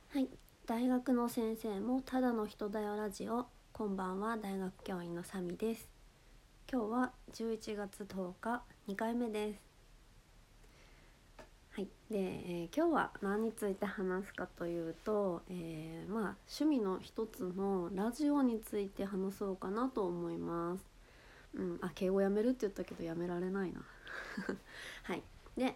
はい、大学の先生もただの人だよラジオ。こんばんは、大学教員のサミです。今日は11月10日、2回目です。はい、で、今日は何について話すかというと、趣味の一つのラジオについて話そうかなと思います。敬語やめるって言ったけどやめられないな。はい、で、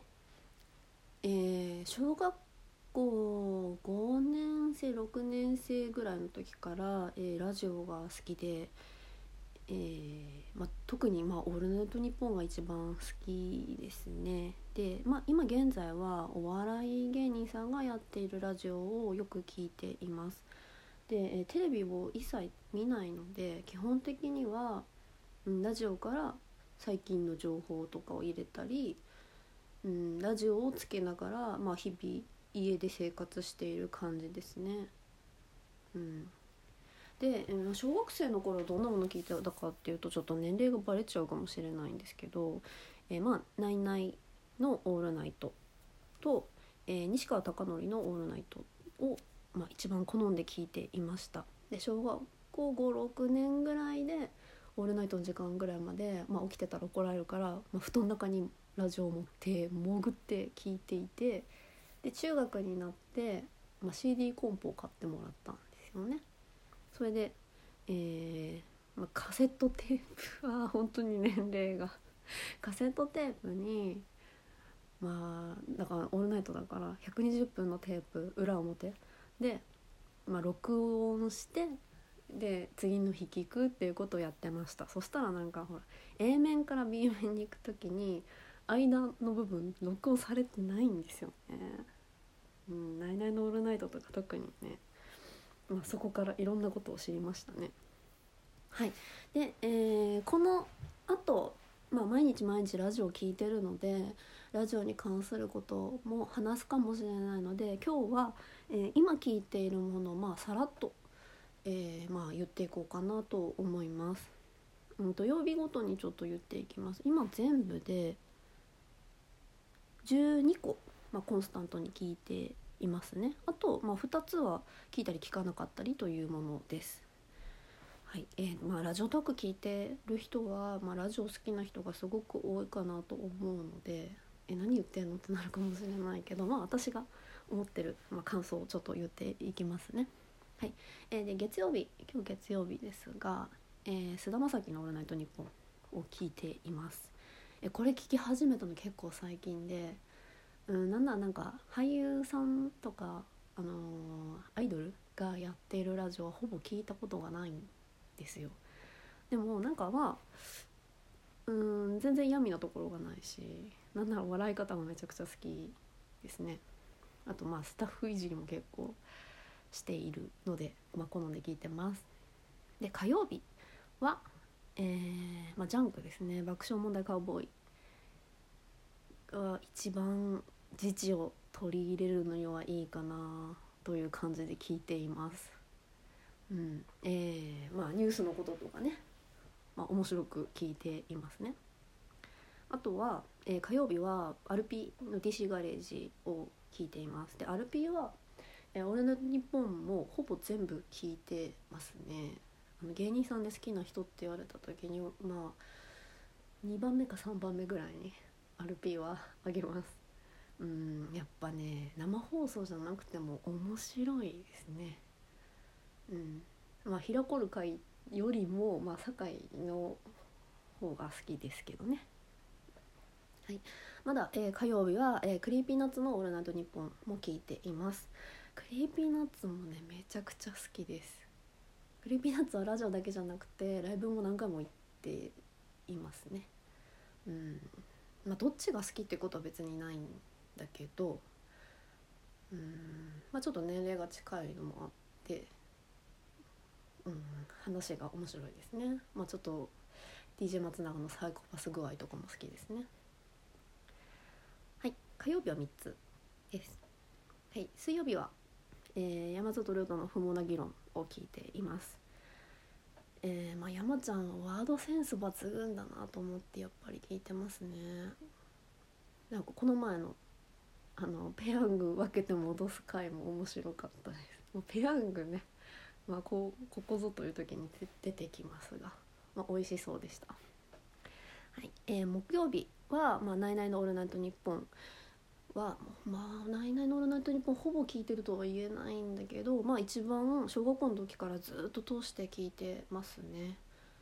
小学校5年生6年生ぐらいの時から、ラジオが好きで、特に、オールナイトニッポンが一番好きですね。で、今現在はお笑い芸人さんがやっているラジオをよく聞いています。で、テレビを一切見ないので基本的には、ラジオから最近の情報とかを入れたり、ラジオをつけながら、日々家で生活している感じですね。で、小学生の頃どんなもの聞いてたかっていうとちょっと年齢がバレちゃうかもしれないんですけど、ナイナイのオールナイトと、西川貴教のオールナイトを、一番好んで聞いていました。で、小学校5、6年ぐらいでオールナイトの時間ぐらいまで、起きてたら怒られるから、布団の中にラジオを持って潜って聞いていて、で中学になって、CD コンポを買ってもらったんですよね。それで、カセットテープは本当に年齢がカセットテープにだからオールナイトだから120分のテープ裏表で、録音してで次の日聞くっていうことをやってました。そしたらほら A 面から B 面に行くときに間の部分録音されてないんですよね。ナイナイのオールナイトとか特にね、そこからいろんなことを知りましたね。はい。で、この後、毎日毎日ラジオを聞いてるのでラジオに関することも話すかもしれないので、今日は、今聞いているものをさらっと、言っていこうかなと思います。曜日ごとにちょっと言っていきます。今全部で12個、コンスタントに聞いていますね。あと、2つは聞いたり聞かなかったりというものです。はい。ラジオトーク聞いてる人は、ラジオ好きな人がすごく多いかなと思うので、何言ってんのってなるかもしれないけど、私が思ってる、感想をちょっと言っていきますね。はい。で今日月曜日ですが、菅田将暉のオールナイトニッポンを聞いています。これ聞き始めたの結構最近で、なんか俳優さんとか、アイドルがやっているラジオはほぼ聞いたことがないんですよ。でも全然闇なところがないし、なんなら笑い方もめちゃくちゃ好きですね。あとスタッフいじりも結構しているので、好んで聞いてます。で火曜日は、ジャンクですね。爆笑問題カウボーイが一番時事を取り入れるのにはいいかなという感じで聞いています。ニュースのこととかね、面白く聞いていますね。あとは、火曜日はアルピーの DC ガレージを聞いています。でアルピーは、俺の日本もほぼ全部聞いてますね。芸人さんで好きな人って言われた時に2番目か3番目ぐらいにアルピーはあげます。やっぱね、生放送じゃなくても面白いですね。平子る会よりも、酒井の方が好きですけどね。はい。まだ、火曜日は、クリーピーナッツのオールナイトニッポンも聞いています。クリーピーナッツもね、めちゃくちゃ好きです。クリーピーナッツはラジオだけじゃなくてライブも何回も行っていますね。どっちが好きってことは別にないんだけど、ちょっと年齢が近いのもあって、話が面白いですね。ちょっと DJ 松永のサイコパス具合とかも好きですね。はい。火曜日は3つです。はい。水曜日は、山里亮太の不毛な議論を聞いています。山ちゃんはワードセンス抜群だなと思ってやっぱり聞いてますね。なんかこの前のペヤング分けて戻す回も面白かったです。もうペヤングね、ここぞという時に出てきますが、美味しそうでした。はい、木曜日は、ナイナイのオールナイトニッポンは、ナイナイのオールナイトニッポンほぼ聞いてるとは言えないんだけど、一番小学校の時からずっと通して聞いてますね。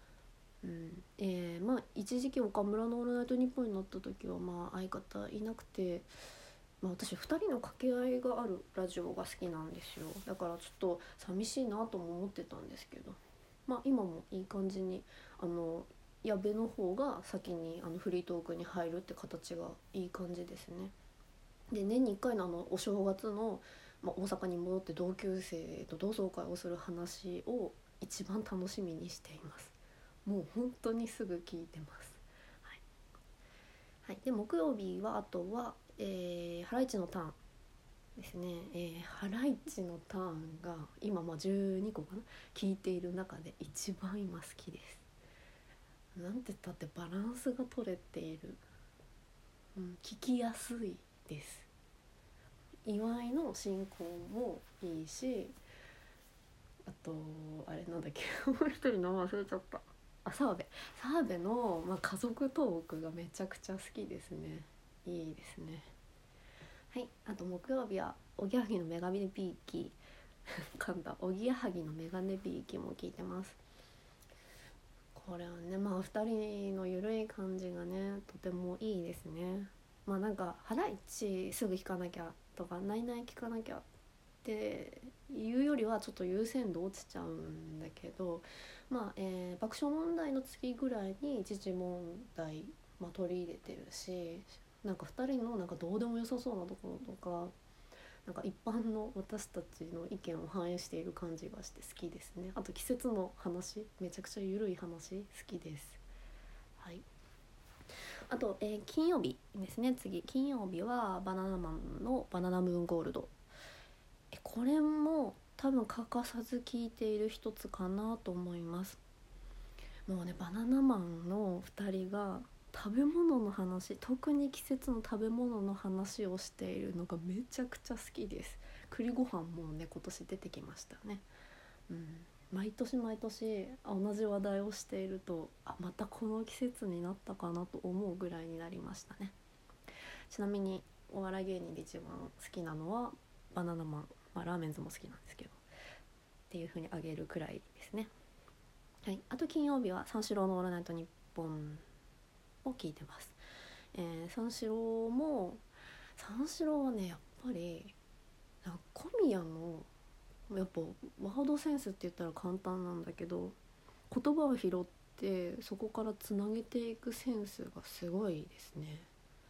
一時期岡村のオールナイトニッポンになった時は相方いなくて、私2人の掛け合いがあるラジオが好きなんですよ。だからちょっと寂しいなとも思ってたんですけど、今もいい感じに矢部の方が先にフリートークに入るって形がいい感じですね。で年に1回のお正月の、大阪に戻って同級生と同窓会をする話を一番楽しみにしています。もう本当にすぐ聞いてます。はい、で木曜日はあとは、ハライチのターンですね。ハライチのターンが今12個かな聞いている中で一番今好きです。なんて言ったってバランスが取れている、聞きやすいです。岩井の進行もいいし、あとあれなんだっけもう一人名前忘れちゃった。澤部の、家族トークがめちゃくちゃ好きですね。いいですね。はい、あと木曜日はおぎやはぎのメガネビーキ噛んだおぎやはぎのメガネビーキも聞いてます。これはね2人のゆるい感じがねとてもいいですね。なんかハライチすぐ聞かなきゃとかナイナイ聞かなきゃっていうよりはちょっと優先度落ちちゃうんだけど、爆笑問題の次ぐらいに時事問題、取り入れてるし、なんか2人のなんかどうでもよさそうなところとか、なんか一般の私たちの意見を反映している感じがして好きですね。あと季節の話めちゃくちゃゆるい話好きです。はい。あと、金曜日ですね。次金曜日はバナナマンのバナナムーンゴールド。これも多分欠かさず聞いている一つかなと思います。もうねバナナマンの2人が食べ物の話、特に季節の食べ物の話をしているのがめちゃくちゃ好きです。栗ご飯もね今年出てきましたね。毎年同じ話題をしているとまたこの季節になったかなと思うぐらいになりましたね。ちなみにお笑い芸人で一番好きなのはバナナマン、ラーメンズも好きなんですけどっていう風に挙げるくらいですね。はい、あと金曜日は三四郎のオールナイトニッポンを聞いてます。三四郎はねやっぱり小宮のやっぱワードセンスって言ったら簡単なんだけど、言葉を拾ってそこからつなげていくセンスがすごいですね。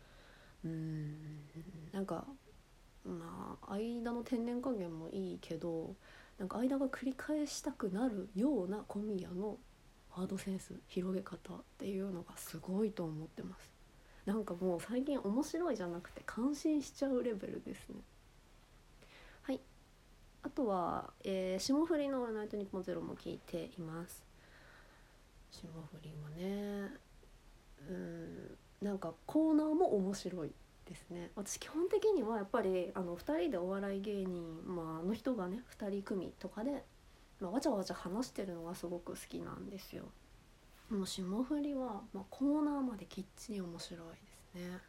なんか間の天然加減もいいけど、なんか間が繰り返したくなるような小宮のワードセンス、広げ方っていうのがすごいと思ってます。なんかもう最近面白いじゃなくて感心しちゃうレベルですね。はい、あとは、霜降りのオールナイトニッポンゼロも聞いています。霜降りもねなんかコーナーも面白いですね。私基本的にはやっぱり2人でお笑い芸人、の人がね2人組とかで、わちゃわちゃ話してるのがすごく好きなんですよ。もう霜降りは、コーナーまできっちり面白いですね。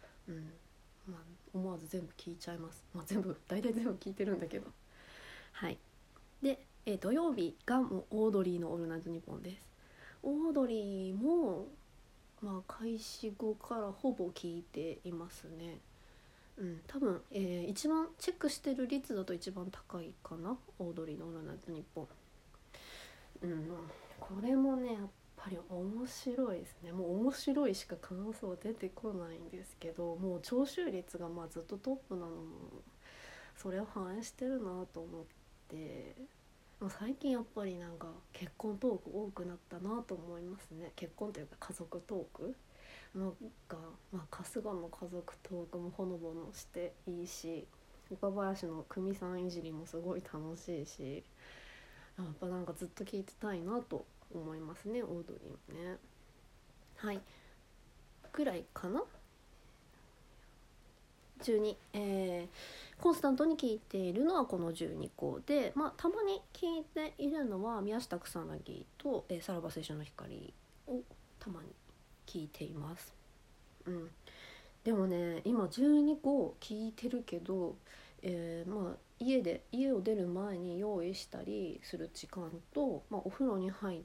思わず全部聞いちゃいます。大体全部聞いてるんだけど。はい。で、土曜日がもうオードリーのオールナイトニッポンです。オードリーも開始後からほぼ聞いていますね。多分、一番チェックしてる率だと一番高いかな、オードリーのオールナイトニッポン。これもねやっぱり面白いですね。もう面白いしか感想出てこないんですけど、もう聴取率がずっとトップなのもそれを反映してるなと思って、最近やっぱりなんか結婚トーク多くなったなと思いますね。結婚というか家族トークなんか、春日の家族トークもほのぼのしていいし、岡林の久美さんいじりもすごい楽しいし、やっぱなんかずっと聞いてたいなと思いますね、オードリーもね。はいくらいかな。 12、コンスタントに聞いているのはこの12個で、たまに聞いているのは宮下草薙と、さらば青春の光をたまに聞いています。でもね今12個聞いてるけど、家を出る前に用意したりする時間と、お風呂に入って、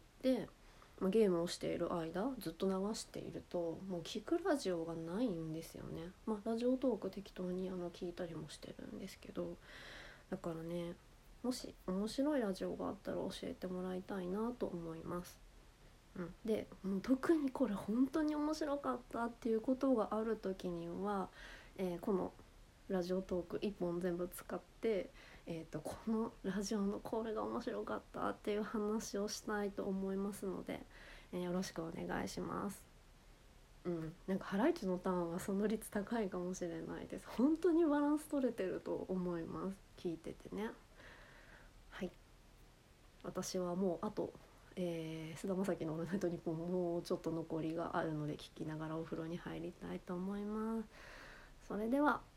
ゲームをしている間ずっと流しているともう聞くラジオがないんですよね。ラジオトーク適当に聞いたりもしてるんですけど、だからねもし面白いラジオがあったら教えてもらいたいなと思います。でもう特にこれ本当に面白かったっていうことがある時には、このラジオトーク1本全部使って、このラジオのこれが面白かったっていう話をしたいと思いますので、よろしくお願いします。なんかハライチのターンはその率高いかもしれないです。本当にバランス取れてると思います。聞いててね。はい、私はもうあと菅田将暉のオールナイトニッポンもうちょっと残りがあるので聞きながらお風呂に入りたいと思います。それでは